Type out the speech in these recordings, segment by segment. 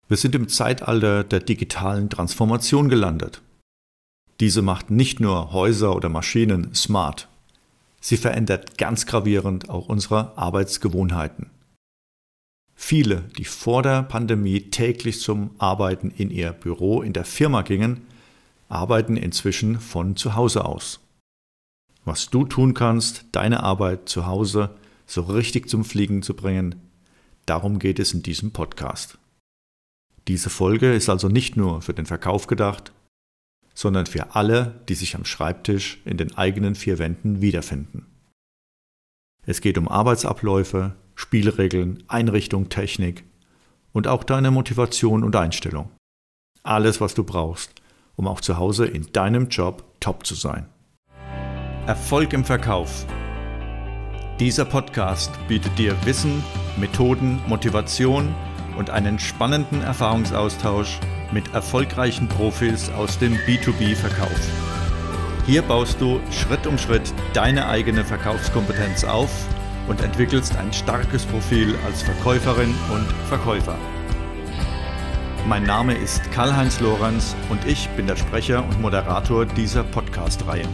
Wir sind im Zeitalter der digitalen Transformation gelandet. Diese macht nicht nur Häuser oder Maschinen smart. Sie verändert ganz gravierend auch unsere Arbeitsgewohnheiten. Viele, die vor der Pandemie täglich zum Arbeiten in ihr Büro in der Firma gingen, arbeiten inzwischen von zu Hause aus. Was du tun kannst, deine Arbeit zu Hause so richtig zum Fliegen zu bringen, darum geht es in diesem Podcast. Diese Folge ist also nicht nur für den Verkauf gedacht, sondern für alle, die sich am Schreibtisch in den eigenen vier Wänden wiederfinden. Es geht um Arbeitsabläufe, Spielregeln, Einrichtung, Technik und auch deine Motivation und Einstellung. Alles, was du brauchst, um auch zu Hause in deinem Job top zu sein. Erfolg im Verkauf. Dieser Podcast bietet dir Wissen, Methoden, Motivation und einen spannenden Erfahrungsaustausch mit erfolgreichen Profis aus dem B2B-Verkauf. Hier baust du Schritt um Schritt deine eigene Verkaufskompetenz auf und entwickelst ein starkes Profil als Verkäuferin und Verkäufer. Mein Name ist Karl-Heinz Lorenz und ich bin der Sprecher und Moderator dieser Podcast-Reihe.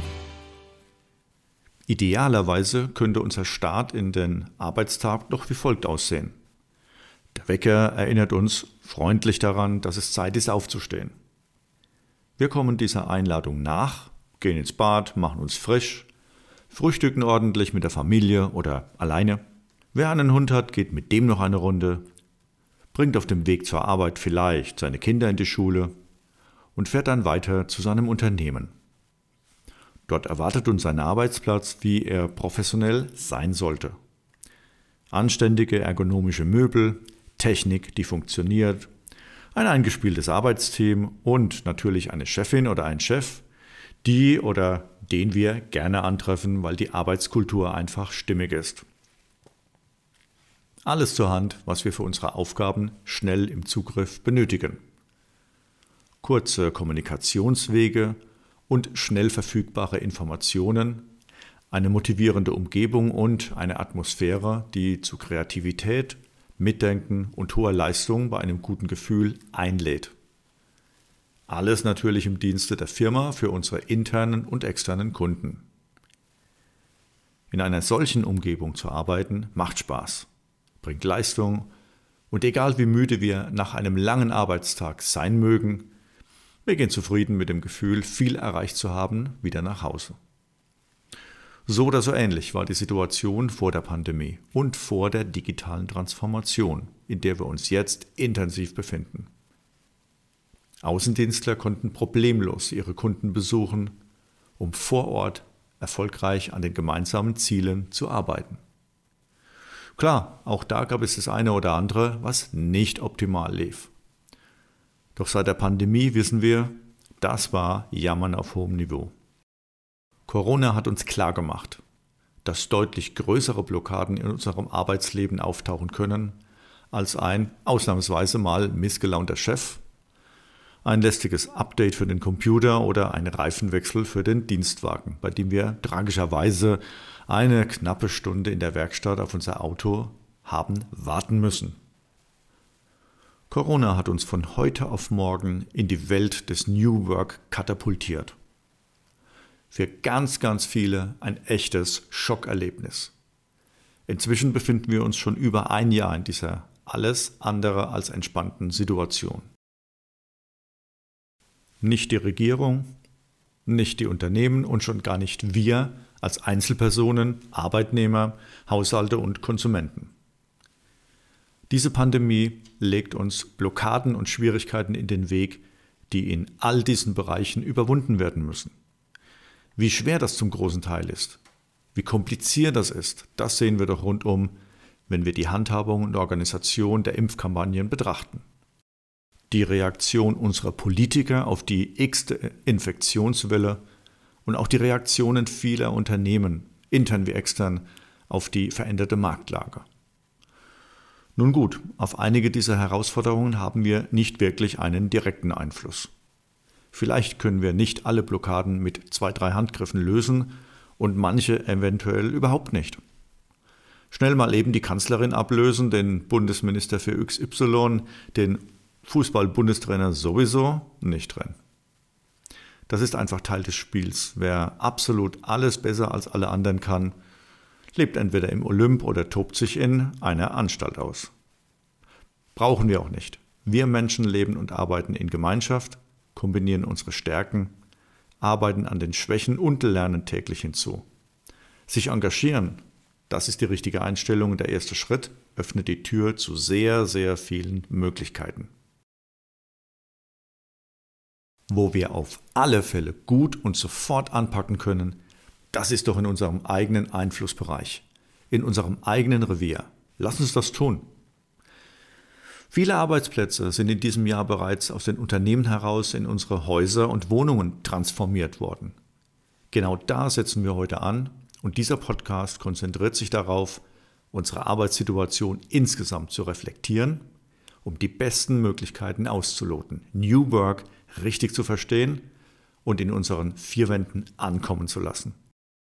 Idealerweise könnte unser Start in den Arbeitstag doch wie folgt aussehen. Der Wecker erinnert uns freundlich daran, dass es Zeit ist, aufzustehen. Wir kommen dieser Einladung nach, gehen ins Bad, machen uns frisch, frühstücken ordentlich mit der Familie oder alleine. Wer einen Hund hat, geht mit dem noch eine Runde, bringt auf dem Weg zur Arbeit vielleicht seine Kinder in die Schule und fährt dann weiter zu seinem Unternehmen. Dort erwartet uns ein Arbeitsplatz, wie er professionell sein sollte. Anständige ergonomische Möbel, Technik, die funktioniert, ein eingespieltes Arbeitsteam und natürlich eine Chefin oder ein Chef, die oder den wir gerne antreffen, weil die Arbeitskultur einfach stimmig ist. Alles zur Hand, was wir für unsere Aufgaben schnell im Zugriff benötigen. Kurze Kommunikationswege und schnell verfügbare Informationen, eine motivierende Umgebung und eine Atmosphäre, die zu Kreativität, Mitdenken und hoher Leistung bei einem guten Gefühl einlädt. Alles natürlich im Dienste der Firma für unsere internen und externen Kunden. In einer solchen Umgebung zu arbeiten, macht Spaß, bringt Leistung und egal wie müde wir nach einem langen Arbeitstag sein mögen, wir gehen zufrieden mit dem Gefühl, viel erreicht zu haben, wieder nach Hause. So oder so ähnlich war die Situation vor der Pandemie und vor der digitalen Transformation, in der wir uns jetzt intensiv befinden. Außendienstler konnten problemlos ihre Kunden besuchen, um vor Ort erfolgreich an den gemeinsamen Zielen zu arbeiten. Klar, auch da gab es das eine oder andere, was nicht optimal lief. Doch seit der Pandemie wissen wir, das war Jammern auf hohem Niveau. Corona hat uns klargemacht, dass deutlich größere Blockaden in unserem Arbeitsleben auftauchen können, als ein ausnahmsweise mal missgelaunter Chef, ein lästiges Update für den Computer oder ein Reifenwechsel für den Dienstwagen, bei dem wir tragischerweise eine knappe Stunde in der Werkstatt auf unser Auto haben warten müssen. Corona hat uns von heute auf morgen in die Welt des New Work katapultiert. Für ganz, ganz viele ein echtes Schockerlebnis. Inzwischen befinden wir uns schon über ein Jahr in dieser alles andere als entspannten Situation. Nicht die Regierung, nicht die Unternehmen und schon gar nicht wir als Einzelpersonen, Arbeitnehmer, Haushalte und Konsumenten. Diese Pandemie legt uns Blockaden und Schwierigkeiten in den Weg, die in all diesen Bereichen überwunden werden müssen. Wie schwer das zum großen Teil ist, wie kompliziert das ist, das sehen wir doch rundum, wenn wir die Handhabung und Organisation der Impfkampagnen betrachten. Die Reaktion unserer Politiker auf die x-te Infektionswelle und auch die Reaktionen vieler Unternehmen, intern wie extern, auf die veränderte Marktlage. Nun gut, auf einige dieser Herausforderungen haben wir nicht wirklich einen direkten Einfluss. Vielleicht können wir nicht alle Blockaden mit 2-3 Handgriffen lösen und manche eventuell überhaupt nicht. Schnell mal eben die Kanzlerin ablösen, den Bundesminister für XY, den Fußball-Bundestrainer sowieso nicht drin. Das ist einfach Teil des Spiels. Wer absolut alles besser als alle anderen kann, lebt entweder im Olymp oder tobt sich in einer Anstalt aus. Brauchen wir auch nicht. Wir Menschen leben und arbeiten in Gemeinschaft, kombinieren unsere Stärken, arbeiten an den Schwächen und lernen täglich hinzu. Sich engagieren, das ist die richtige Einstellung. Der erste Schritt öffnet die Tür zu sehr, sehr vielen Möglichkeiten. Wo wir auf alle Fälle gut und sofort anpacken können, das ist doch in unserem eigenen Einflussbereich, in unserem eigenen Revier. Lass uns das tun. Viele Arbeitsplätze sind in diesem Jahr bereits aus den Unternehmen heraus in unsere Häuser und Wohnungen transformiert worden. Genau da setzen wir heute an und dieser Podcast konzentriert sich darauf, unsere Arbeitssituation insgesamt zu reflektieren, um die besten Möglichkeiten auszuloten, New Work richtig zu verstehen und in unseren vier Wänden ankommen zu lassen.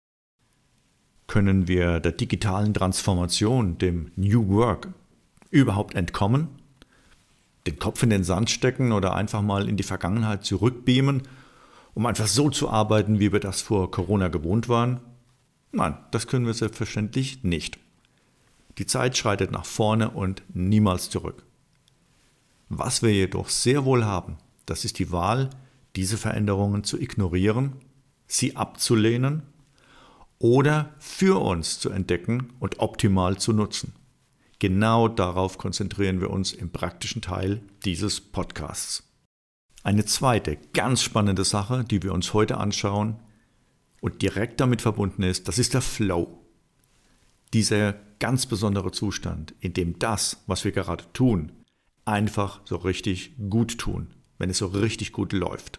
Können wir der digitalen Transformation, dem New Work, überhaupt entkommen? Den Kopf in den Sand stecken oder einfach mal in die Vergangenheit zurückbeamen, um einfach so zu arbeiten, wie wir das vor Corona gewohnt waren? Nein, das können wir selbstverständlich nicht. Die Zeit schreitet nach vorne und niemals zurück. Was wir jedoch sehr wohl haben, das ist die Wahl, diese Veränderungen zu ignorieren, sie abzulehnen oder für uns zu entdecken und optimal zu nutzen. Genau darauf konzentrieren wir uns im praktischen Teil dieses Podcasts. Eine zweite ganz spannende Sache, die wir uns heute anschauen und direkt damit verbunden ist, das ist der Flow. Dieser ganz besondere Zustand, in dem das, was wir gerade tun, einfach so richtig gut tun, wenn es so richtig gut läuft.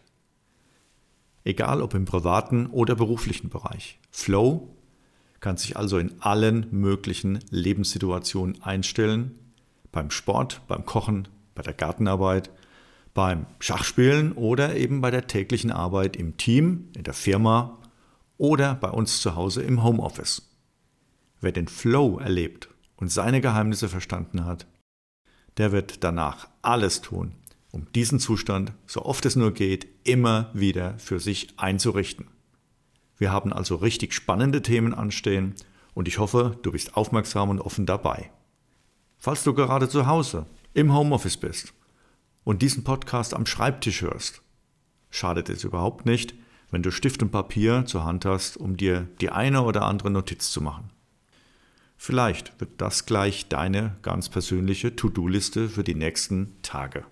Egal ob im privaten oder beruflichen Bereich. Flow kann sich also in allen möglichen Lebenssituationen einstellen. Beim Sport, beim Kochen, bei der Gartenarbeit, beim Schachspielen oder eben bei der täglichen Arbeit im Team, in der Firma oder bei uns zu Hause im Homeoffice. Wer den Flow erlebt und seine Geheimnisse verstanden hat, der wird danach alles tun, um diesen Zustand, so oft es nur geht, immer wieder für sich einzurichten. Wir haben also richtig spannende Themen anstehen und ich hoffe, du bist aufmerksam und offen dabei. Falls du gerade zu Hause im Homeoffice bist und diesen Podcast am Schreibtisch hörst, schadet es überhaupt nicht, wenn du Stift und Papier zur Hand hast, um dir die eine oder andere Notiz zu machen. Vielleicht wird das gleich deine ganz persönliche To-Do-Liste für die nächsten Tage.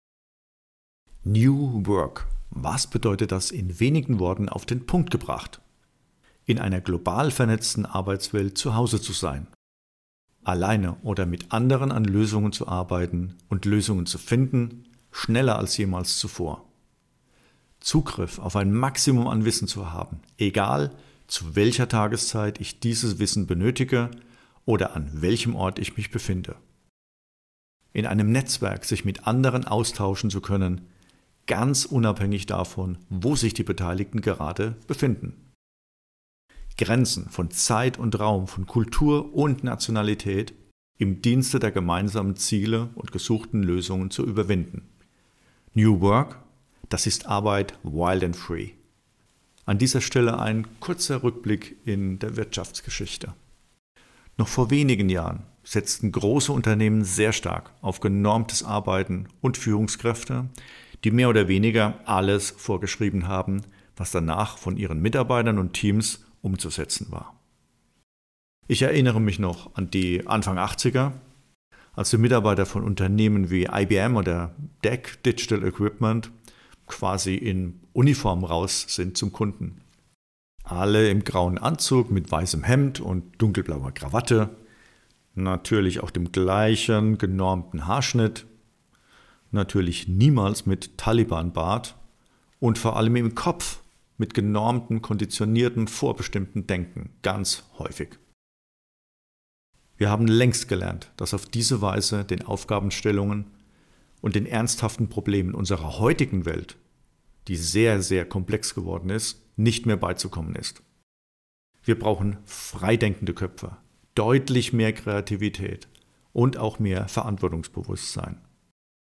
New Work. Was bedeutet das in wenigen Worten auf den Punkt gebracht? In einer global vernetzten Arbeitswelt zu Hause zu sein. Alleine oder mit anderen an Lösungen zu arbeiten und Lösungen zu finden, schneller als jemals zuvor. Zugriff auf ein Maximum an Wissen zu haben, egal zu welcher Tageszeit ich dieses Wissen benötige oder an welchem Ort ich mich befinde. In einem Netzwerk sich mit anderen austauschen zu können, ganz unabhängig davon, wo sich die Beteiligten gerade befinden. Grenzen von Zeit und Raum, von Kultur und Nationalität im Dienste der gemeinsamen Ziele und gesuchten Lösungen zu überwinden. New Work, das ist Arbeit wild and free. An dieser Stelle ein kurzer Rückblick in der Wirtschaftsgeschichte. Noch vor wenigen Jahren setzten große Unternehmen sehr stark auf genormtes Arbeiten und Führungskräfte, die mehr oder weniger alles vorgeschrieben haben, was danach von ihren Mitarbeitern und Teams umzusetzen war. Ich erinnere mich noch an die Anfang 80er, als die Mitarbeiter von Unternehmen wie IBM oder DEC Digital Equipment quasi in Uniform raus sind zum Kunden. Alle im grauen Anzug mit weißem Hemd und dunkelblauer Krawatte, natürlich auch dem gleichen genormten Haarschnitt, natürlich niemals mit Taliban-Bart und vor allem im Kopf mit genormtem, konditioniertem, vorbestimmten Denken, ganz häufig. Wir haben längst gelernt, dass auf diese Weise den Aufgabenstellungen und den ernsthaften Problemen unserer heutigen Welt, die sehr, sehr komplex geworden ist, nicht mehr beizukommen ist. Wir brauchen freidenkende Köpfe, deutlich mehr Kreativität und auch mehr Verantwortungsbewusstsein.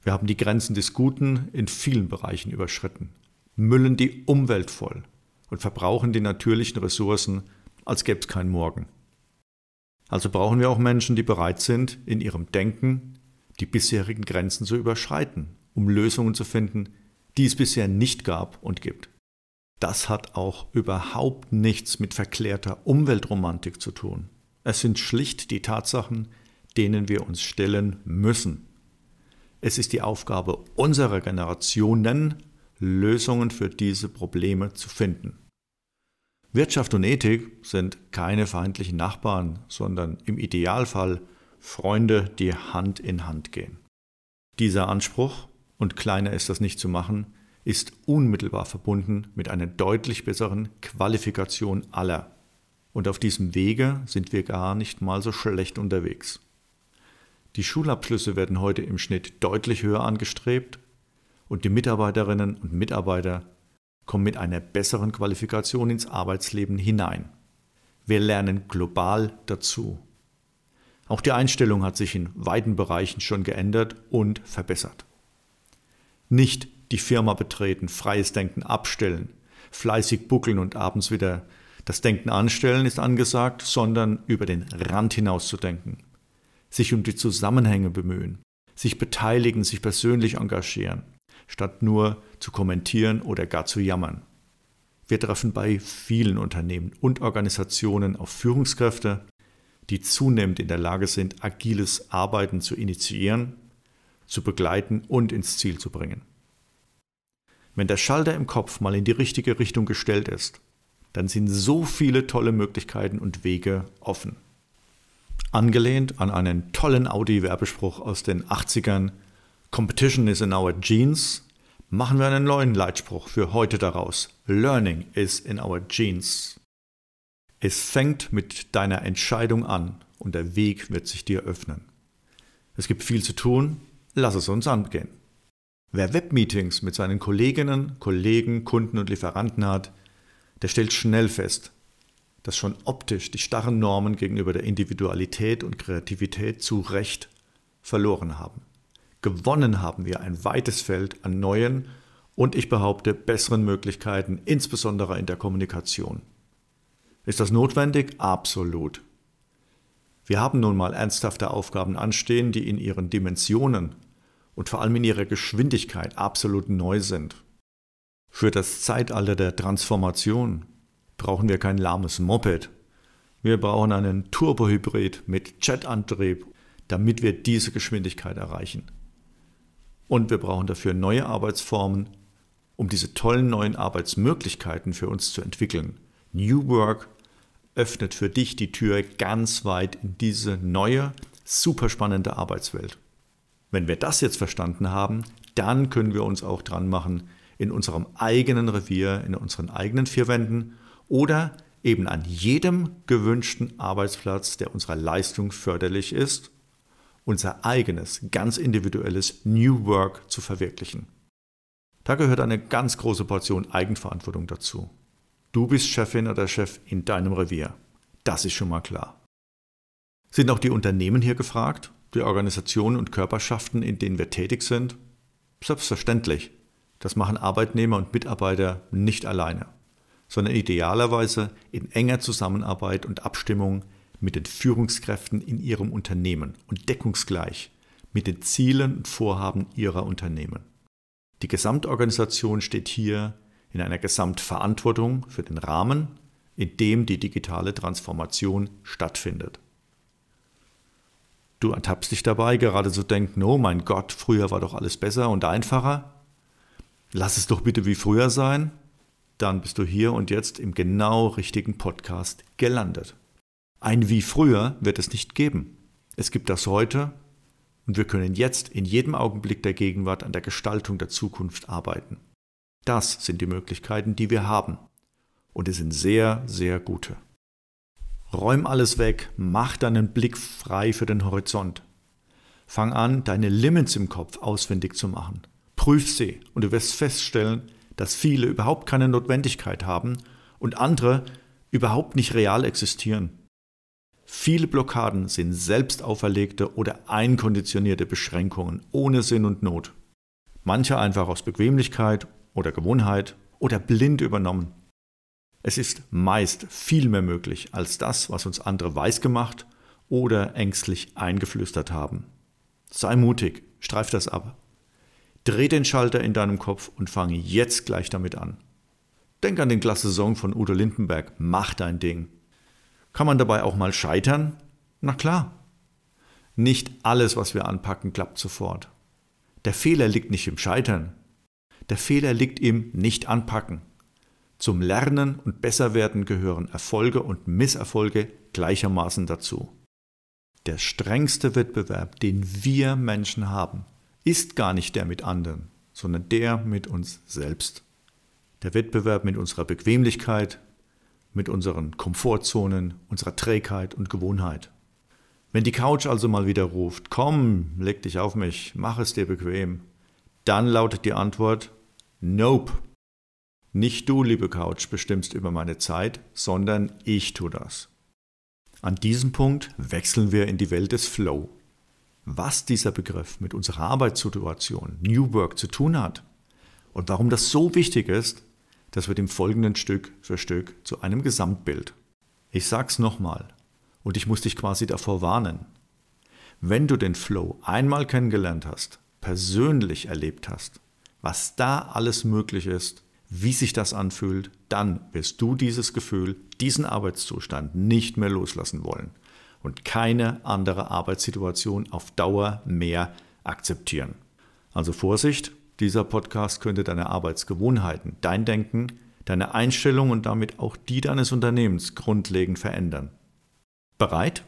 Wir haben die Grenzen des Guten in vielen Bereichen überschritten, müllen die Umwelt voll und verbrauchen die natürlichen Ressourcen, als gäbe es keinen Morgen. Also brauchen wir auch Menschen, die bereit sind, in ihrem Denken die bisherigen Grenzen zu überschreiten, um Lösungen zu finden, die es bisher nicht gab und gibt. Das hat auch überhaupt nichts mit verklärter Umweltromantik zu tun. Es sind schlicht die Tatsachen, denen wir uns stellen müssen. Es ist die Aufgabe unserer Generationen, Lösungen für diese Probleme zu finden. Wirtschaft und Ethik sind keine feindlichen Nachbarn, sondern im Idealfall Freunde, die Hand in Hand gehen. Dieser Anspruch, und kleiner ist das nicht zu machen, ist unmittelbar verbunden mit einer deutlich besseren Qualifikation aller. Und auf diesem Wege sind wir gar nicht mal so schlecht unterwegs. Die Schulabschlüsse werden heute im Schnitt deutlich höher angestrebt und die Mitarbeiterinnen und Mitarbeiter kommen mit einer besseren Qualifikation ins Arbeitsleben hinein. Wir lernen global dazu. Auch die Einstellung hat sich in weiten Bereichen schon geändert und verbessert. Nicht die Firma betreten, freies Denken abstellen, fleißig buckeln und abends wieder das Denken anstellen ist angesagt, sondern über den Rand hinaus zu denken, sich um die Zusammenhänge bemühen, sich beteiligen, sich persönlich engagieren, statt nur zu kommentieren oder gar zu jammern. Wir treffen bei vielen Unternehmen und Organisationen auf Führungskräfte, die zunehmend in der Lage sind, agiles Arbeiten zu initiieren, zu begleiten und ins Ziel zu bringen. Wenn der Schalter im Kopf mal in die richtige Richtung gestellt ist, dann sind so viele tolle Möglichkeiten und Wege offen. Angelehnt an einen tollen Audi-Werbespruch aus den 80ern, Competition is in our genes, machen wir einen neuen Leitspruch für heute daraus. Learning is in our genes. Es fängt mit deiner Entscheidung an und der Weg wird sich dir öffnen. Es gibt viel zu tun, lass es uns angehen. Wer Webmeetings mit seinen Kolleginnen, Kollegen, Kunden und Lieferanten hat, der stellt schnell fest, dass schon optisch die starren Normen gegenüber der Individualität und Kreativität zu Recht verloren haben. Gewonnen haben wir ein weites Feld an neuen und ich behaupte besseren Möglichkeiten, insbesondere in der Kommunikation. Ist das notwendig? Absolut. Wir haben nun mal ernsthafte Aufgaben anstehen, die in ihren Dimensionen und vor allem in ihrer Geschwindigkeit absolut neu sind. Für das Zeitalter der Transformation brauchen wir kein lahmes Moped. Wir brauchen einen Turbohybrid mit Jetantrieb, damit wir diese Geschwindigkeit erreichen. Und wir brauchen dafür neue Arbeitsformen, um diese tollen neuen Arbeitsmöglichkeiten für uns zu entwickeln. New Work öffnet für dich die Tür ganz weit in diese neue, super spannende Arbeitswelt. Wenn wir das jetzt verstanden haben, dann können wir uns auch dran machen, in unserem eigenen Revier, in unseren eigenen vier Wänden oder eben an jedem gewünschten Arbeitsplatz, der unserer Leistung förderlich ist, unser eigenes, ganz individuelles New Work zu verwirklichen. Da gehört eine ganz große Portion Eigenverantwortung dazu. Du bist Chefin oder Chef in deinem Revier. Das ist schon mal klar. Sind auch die Unternehmen hier gefragt, die Organisationen und Körperschaften, in denen wir tätig sind? Selbstverständlich. Das machen Arbeitnehmer und Mitarbeiter nicht alleine, sondern idealerweise in enger Zusammenarbeit und Abstimmung mit den Führungskräften in ihrem Unternehmen und deckungsgleich mit den Zielen und Vorhaben ihrer Unternehmen. Die Gesamtorganisation steht hier in einer Gesamtverantwortung für den Rahmen, in dem die digitale Transformation stattfindet. Du ertappst dich dabei, gerade zu denken, oh mein Gott, früher war doch alles besser und einfacher. Lass es doch bitte wie früher sein. Dann bist du hier und jetzt im genau richtigen Podcast gelandet. Ein wie früher wird es nicht geben. Es gibt das heute und wir können jetzt in jedem Augenblick der Gegenwart an der Gestaltung der Zukunft arbeiten. Das sind die Möglichkeiten, die wir haben. Und es sind sehr, sehr gute. Räum alles weg, mach deinen Blick frei für den Horizont. Fang an, deine Limits im Kopf ausfindig zu machen. Prüf sie und du wirst feststellen, dass viele überhaupt keine Notwendigkeit haben und andere überhaupt nicht real existieren. Viele Blockaden sind selbst auferlegte oder einkonditionierte Beschränkungen ohne Sinn und Not. Manche einfach aus Bequemlichkeit oder Gewohnheit oder blind übernommen. Es ist meist viel mehr möglich als das, was uns andere weisgemacht oder ängstlich eingeflüstert haben. Sei mutig, streif das ab. Dreh den Schalter in deinem Kopf und fange jetzt gleich damit an. Denk an den klasse Song von Udo Lindenberg, Mach dein Ding. Kann man dabei auch mal scheitern? Na klar. Nicht alles, was wir anpacken, klappt sofort. Der Fehler liegt nicht im Scheitern. Der Fehler liegt im Nicht-Anpacken. Zum Lernen und Besserwerden gehören Erfolge und Misserfolge gleichermaßen dazu. Der strengste Wettbewerb, den wir Menschen haben, ist gar nicht der mit anderen, sondern der mit uns selbst. Der Wettbewerb mit unserer Bequemlichkeit, mit unseren Komfortzonen, unserer Trägheit und Gewohnheit. Wenn die Couch also mal wieder ruft, komm, leg dich auf mich, mach es dir bequem, dann lautet die Antwort, nope. Nicht du, liebe Couch, bestimmst über meine Zeit, sondern ich tue das. An diesem Punkt wechseln wir in die Welt des Flow. Was dieser Begriff mit unserer Arbeitssituation, New Work, zu tun hat und warum das so wichtig ist, das wird im Folgenden Stück für Stück zu einem Gesamtbild. Ich sag's nochmal und ich muss dich quasi davor warnen. Wenn du den Flow einmal kennengelernt hast, persönlich erlebt hast, was da alles möglich ist, wie sich das anfühlt, dann wirst du dieses Gefühl, diesen Arbeitszustand nicht mehr loslassen wollen und keine andere Arbeitssituation auf Dauer mehr akzeptieren. Also Vorsicht, dieser Podcast könnte deine Arbeitsgewohnheiten, dein Denken, deine Einstellung und damit auch die deines Unternehmens grundlegend verändern. Bereit?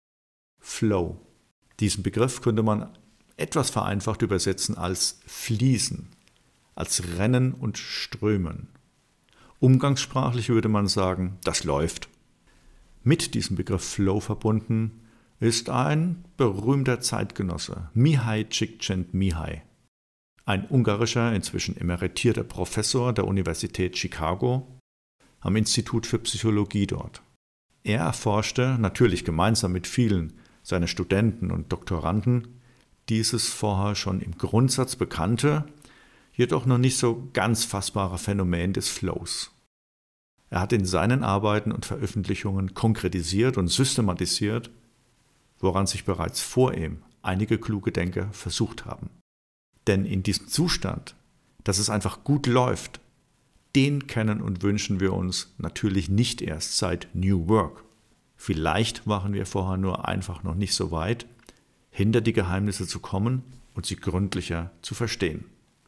Flow. Diesen Begriff könnte man etwas vereinfacht übersetzen als Fließen, als Rennen und Strömen. Umgangssprachlich würde man sagen, das läuft. Mit diesem Begriff Flow verbunden ist ein berühmter Zeitgenosse, Mihaly Csikszentmihalyi. Ein ungarischer, inzwischen emeritierter Professor der Universität Chicago am Institut für Psychologie dort. Er erforschte, natürlich gemeinsam mit vielen seiner Studenten und Doktoranden, dieses vorher schon im Grundsatz bekannte, jedoch noch nicht so ganz fassbare Phänomen des Flows. Er hat in seinen Arbeiten und Veröffentlichungen konkretisiert und systematisiert, woran sich bereits vor ihm einige kluge Denker versucht haben. Denn in diesem Zustand, dass es einfach gut läuft, den kennen und wünschen wir uns natürlich nicht erst seit New Work. Vielleicht waren wir vorher nur einfach noch nicht so weit, hinter die Geheimnisse zu kommen und sie gründlicher zu verstehen.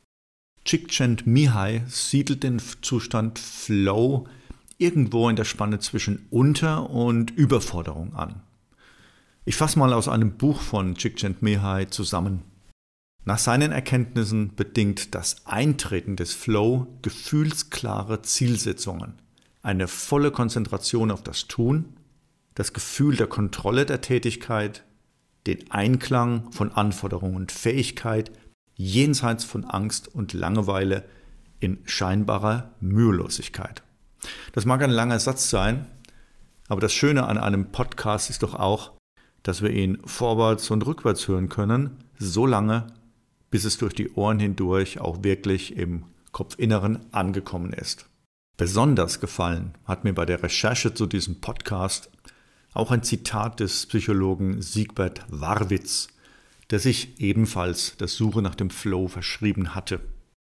Csikszentmihalyi siedelt den Zustand Flow irgendwo in der Spanne zwischen Unter- und Überforderung an. Ich fasse mal aus einem Buch von Csikszentmihalyi zusammen. Nach seinen Erkenntnissen bedingt das Eintreten des Flow gefühlsklare Zielsetzungen, eine volle Konzentration auf das Tun, das Gefühl der Kontrolle der Tätigkeit, den Einklang von Anforderungen und Fähigkeit, jenseits von Angst und Langeweile in scheinbarer Mühelosigkeit. Das mag ein langer Satz sein, aber das Schöne an einem Podcast ist doch auch, dass wir ihn vorwärts und rückwärts hören können, so lange, bis es durch die Ohren hindurch auch wirklich im Kopfinneren angekommen ist. Besonders gefallen hat mir bei der Recherche zu diesem Podcast auch ein Zitat des Psychologen Siegbert Warwitz, der sich ebenfalls der Suche nach dem Flow verschrieben hatte.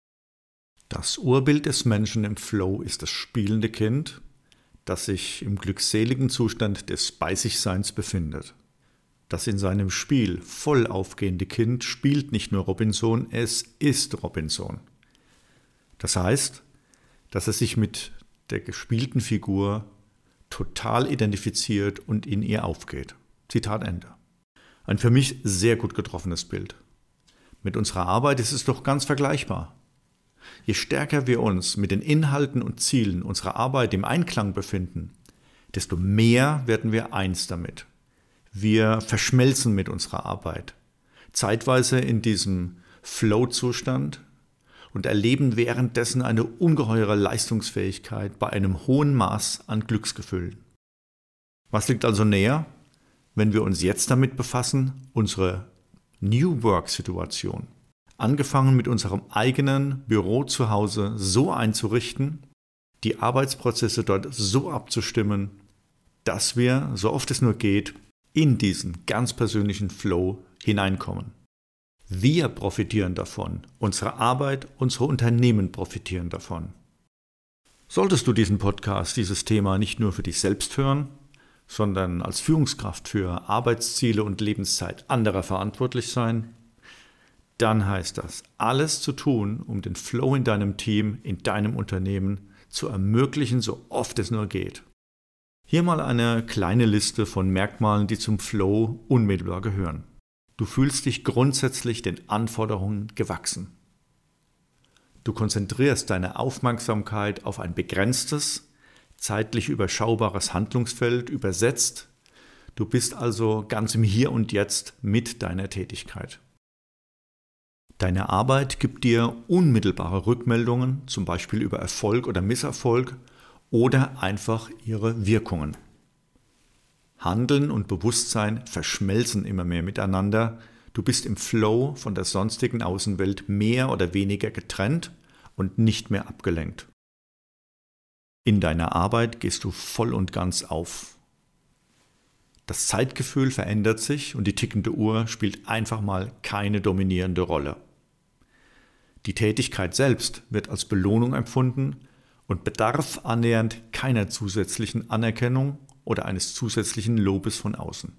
Das Urbild des Menschen im Flow ist das spielende Kind, das sich im glückseligen Zustand des Bei-sich-Seins befindet. Das in seinem Spiel voll aufgehende Kind spielt nicht nur Robinson, es ist Robinson. Das heißt, dass er sich mit der gespielten Figur total identifiziert und in ihr aufgeht. Zitat Ende. Ein für mich sehr gut getroffenes Bild. Mit unserer Arbeit ist es doch ganz vergleichbar. Je stärker wir uns mit den Inhalten und Zielen unserer Arbeit im Einklang befinden, desto mehr werden wir eins damit. Wir verschmelzen mit unserer Arbeit, zeitweise in diesem Flow-Zustand und erleben währenddessen eine ungeheure Leistungsfähigkeit bei einem hohen Maß an Glücksgefühlen. Was liegt also näher, wenn wir uns jetzt damit befassen, unsere New Work-Situation, angefangen mit unserem eigenen Büro zu Hause so einzurichten, die Arbeitsprozesse dort so abzustimmen, dass wir, so oft es nur geht, in diesen ganz persönlichen Flow hineinkommen. Wir profitieren davon, unsere Arbeit, unsere Unternehmen profitieren davon. Solltest du diesen Podcast, dieses Thema nicht nur für dich selbst hören, sondern als Führungskraft für Arbeitsziele und Lebenszeit anderer verantwortlich sein, dann heißt das, alles zu tun, um den Flow in deinem Team, in deinem Unternehmen zu ermöglichen, so oft es nur geht. Hier mal eine kleine Liste von Merkmalen, die zum Flow unmittelbar gehören. Du fühlst dich grundsätzlich den Anforderungen gewachsen. Du konzentrierst deine Aufmerksamkeit auf ein begrenztes, zeitlich überschaubares Handlungsfeld, übersetzt. Du bist also ganz im Hier und Jetzt mit deiner Tätigkeit. Deine Arbeit gibt dir unmittelbare Rückmeldungen, zum Beispiel über Erfolg oder Misserfolg oder einfach ihre Wirkungen. Handeln und Bewusstsein verschmelzen immer mehr miteinander. Du bist im Flow von der sonstigen Außenwelt mehr oder weniger getrennt und nicht mehr abgelenkt. In deiner Arbeit gehst du voll und ganz auf. Das Zeitgefühl verändert sich und die tickende Uhr spielt einfach mal keine dominierende Rolle. Die Tätigkeit selbst wird als Belohnung empfunden und bedarf annähernd keiner zusätzlichen Anerkennung oder eines zusätzlichen Lobes von außen.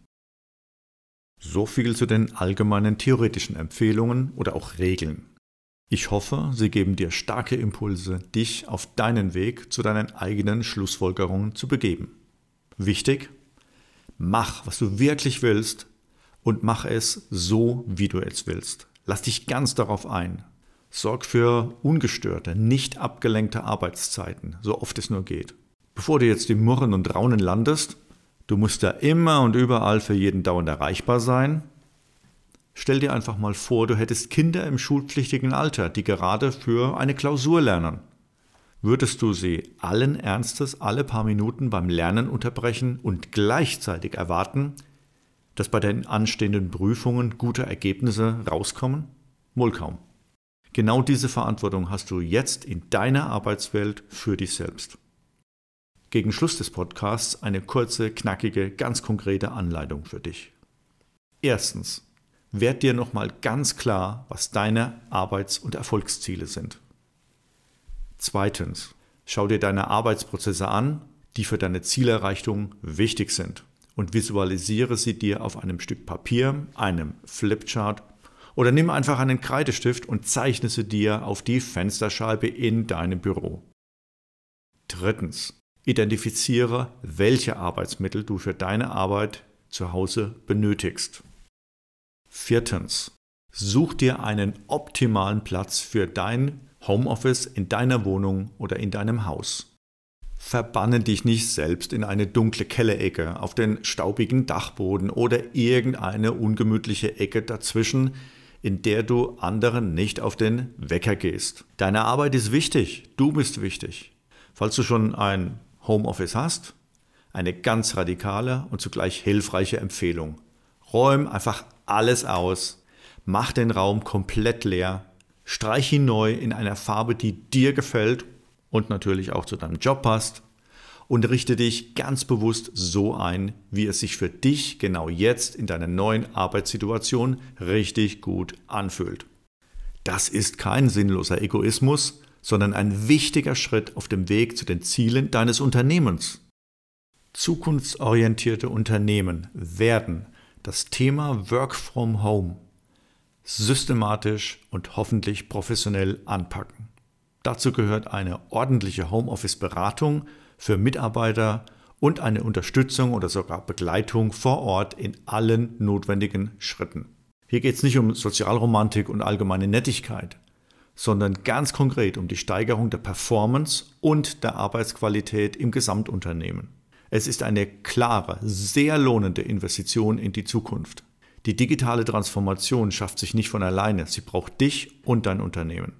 So viel zu den allgemeinen theoretischen Empfehlungen oder auch Regeln. Ich hoffe, sie geben dir starke Impulse, dich auf deinen Weg zu deinen eigenen Schlussfolgerungen zu begeben. Wichtig: mach, was du wirklich willst und mach es so, wie du es willst. Lass dich ganz darauf ein. Sorg für ungestörte, nicht abgelenkte Arbeitszeiten, so oft es nur geht. Bevor du jetzt im Murren und Raunen landest, du musst da immer und überall für jeden dauernd erreichbar sein. Stell dir einfach mal vor, du hättest Kinder im schulpflichtigen Alter, die gerade für eine Klausur lernen. Würdest du sie allen Ernstes alle paar Minuten beim Lernen unterbrechen und gleichzeitig erwarten, dass bei den anstehenden Prüfungen gute Ergebnisse rauskommen? Wohl kaum. Genau diese Verantwortung hast du jetzt in deiner Arbeitswelt für dich selbst. Gegen Schluss des Podcasts eine kurze, knackige, ganz konkrete Anleitung für dich. Erstens: werd dir nochmal ganz klar, was deine Arbeits- und Erfolgsziele sind. Zweitens: schau dir deine Arbeitsprozesse an, die für deine Zielerreichung wichtig sind, und visualisiere sie dir auf einem Stück Papier, einem Flipchart, oder nimm einfach einen Kreidestift und zeichne sie dir auf die Fensterscheibe in deinem Büro. Drittens: identifiziere, welche Arbeitsmittel du für deine Arbeit zu Hause benötigst. Viertens: such dir einen optimalen Platz für dein Homeoffice in deiner Wohnung oder in deinem Haus. Verbanne dich nicht selbst in eine dunkle Kellerecke, auf den staubigen Dachboden oder irgendeine ungemütliche Ecke dazwischen, in der du anderen nicht auf den Wecker gehst. Deine Arbeit ist wichtig, du bist wichtig. Falls du schon ein Homeoffice hast, eine ganz radikale und zugleich hilfreiche Empfehlung: räum einfach alles aus, mach den Raum komplett leer, streich ihn neu in einer Farbe, die dir gefällt und natürlich auch zu deinem Job passt, und richte dich ganz bewusst so ein, wie es sich für dich genau jetzt in deiner neuen Arbeitssituation richtig gut anfühlt. Das ist kein sinnloser Egoismus, sondern ein wichtiger Schritt auf dem Weg zu den Zielen deines Unternehmens. Zukunftsorientierte Unternehmen werden das Thema Work from Home systematisch und hoffentlich professionell anpacken. Dazu gehört eine ordentliche Homeoffice-Beratung für Mitarbeiter und eine Unterstützung oder sogar Begleitung vor Ort in allen notwendigen Schritten. Hier geht es nicht um Sozialromantik und allgemeine Nettigkeit, sondern ganz konkret um die Steigerung der Performance und der Arbeitsqualität im Gesamtunternehmen. Es ist eine klare, sehr lohnende Investition in die Zukunft. Die digitale Transformation schafft sich nicht von alleine, sie braucht dich und dein Unternehmen.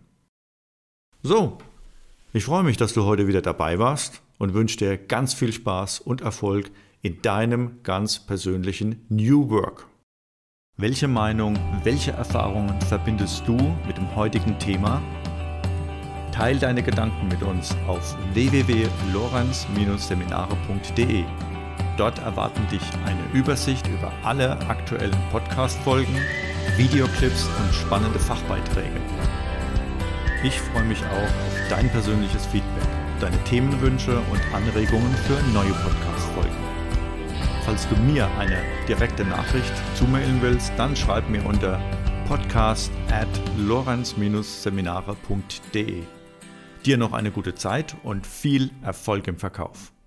So, ich freue mich, dass du heute wieder dabei warst und wünsche dir ganz viel Spaß und Erfolg in deinem ganz persönlichen New Work. Welche Meinung, welche Erfahrungen verbindest du mit dem heutigen Thema? Teil deine Gedanken mit uns auf www.lorenz-seminare.de. Dort erwarten dich eine Übersicht über alle aktuellen Podcast-Folgen, Videoclips und spannende Fachbeiträge. Ich freue mich auch auf dein persönliches Feedback, deine Themenwünsche und Anregungen für neue Podcast-Folgen. Falls du mir eine direkte Nachricht zumailen willst, dann schreib mir unter podcast@lorenz-seminare.de. Dir noch eine gute Zeit und viel Erfolg im Verkauf.